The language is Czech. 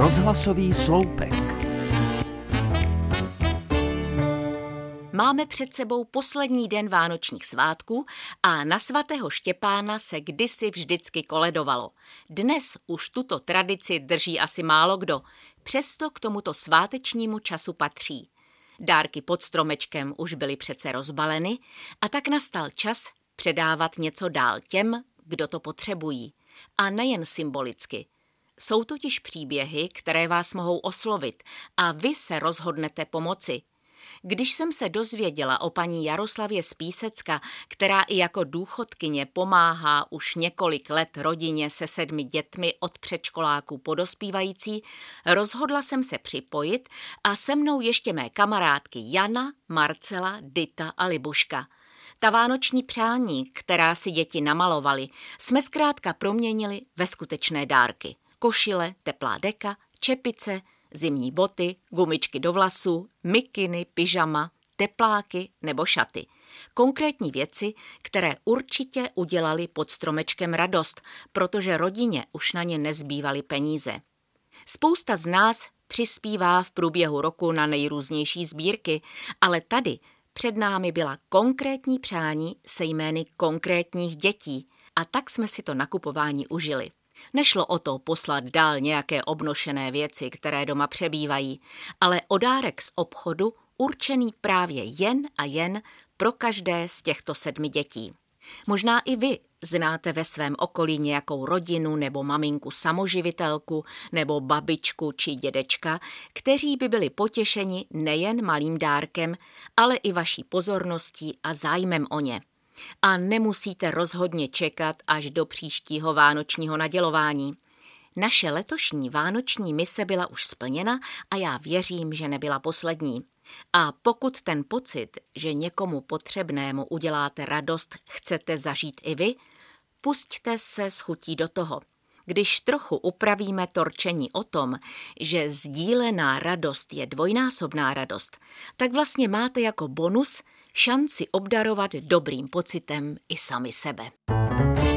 Rozhlasový sloupek. Máme před sebou poslední den vánočních svátků a na svatého Štěpána se kdysi vždycky koledovalo. Dnes už tuto tradici drží asi málo kdo, přesto k tomuto svátečnímu času patří. Dárky pod stromečkem už byly přece rozbaleny a tak nastal čas předávat něco dál těm, kdo to potřebují. A nejen symbolicky. Jsou totiž příběhy, které vás mohou oslovit a vy se rozhodnete pomoci. Když jsem se dozvěděla o paní Jaroslavě z Písecka, která i jako důchodkyně pomáhá už několik let rodině se 7 dětmi od předškoláků po dospívající, rozhodla jsem se připojit a se mnou ještě mé kamarádky Jana, Marcela, Dita a Libuška. Ta vánoční přání, která si děti namalovaly, jsme zkrátka proměnili ve skutečné dárky. Košile, teplá deka, čepice, zimní boty, gumičky do vlasů, mikiny, pyžama, tepláky nebo šaty. Konkrétní věci, které určitě udělali pod stromečkem radost, protože rodině už na ně nezbývaly peníze. Spousta z nás přispívá v průběhu roku na nejrůznější sbírky, ale tady před námi byla konkrétní přání se jmény konkrétních dětí a tak jsme si to nakupování užili. Nešlo o to poslat dál nějaké obnošené věci, které doma přebývají, ale o dárek z obchodu určený právě jen a jen pro každé z těchto 7 dětí. Možná i vy znáte ve svém okolí nějakou rodinu nebo maminku samoživitelku nebo babičku či dědečka, kteří by byli potěšeni nejen malým dárkem, ale i vaší pozorností a zájmem o ně. A nemusíte rozhodně čekat až do příštího vánočního nadělování. Naše letošní vánoční mise byla už splněna a já věřím, že nebyla poslední. A pokud ten pocit, že někomu potřebnému uděláte radost, chcete zažít i vy, pusťte se s chutí do toho. Když trochu upravíme to rčení o tom, že sdílená radost je dvojnásobná radost, tak vlastně máte jako bonus šanci obdarovat dobrým pocitem i sami sebe.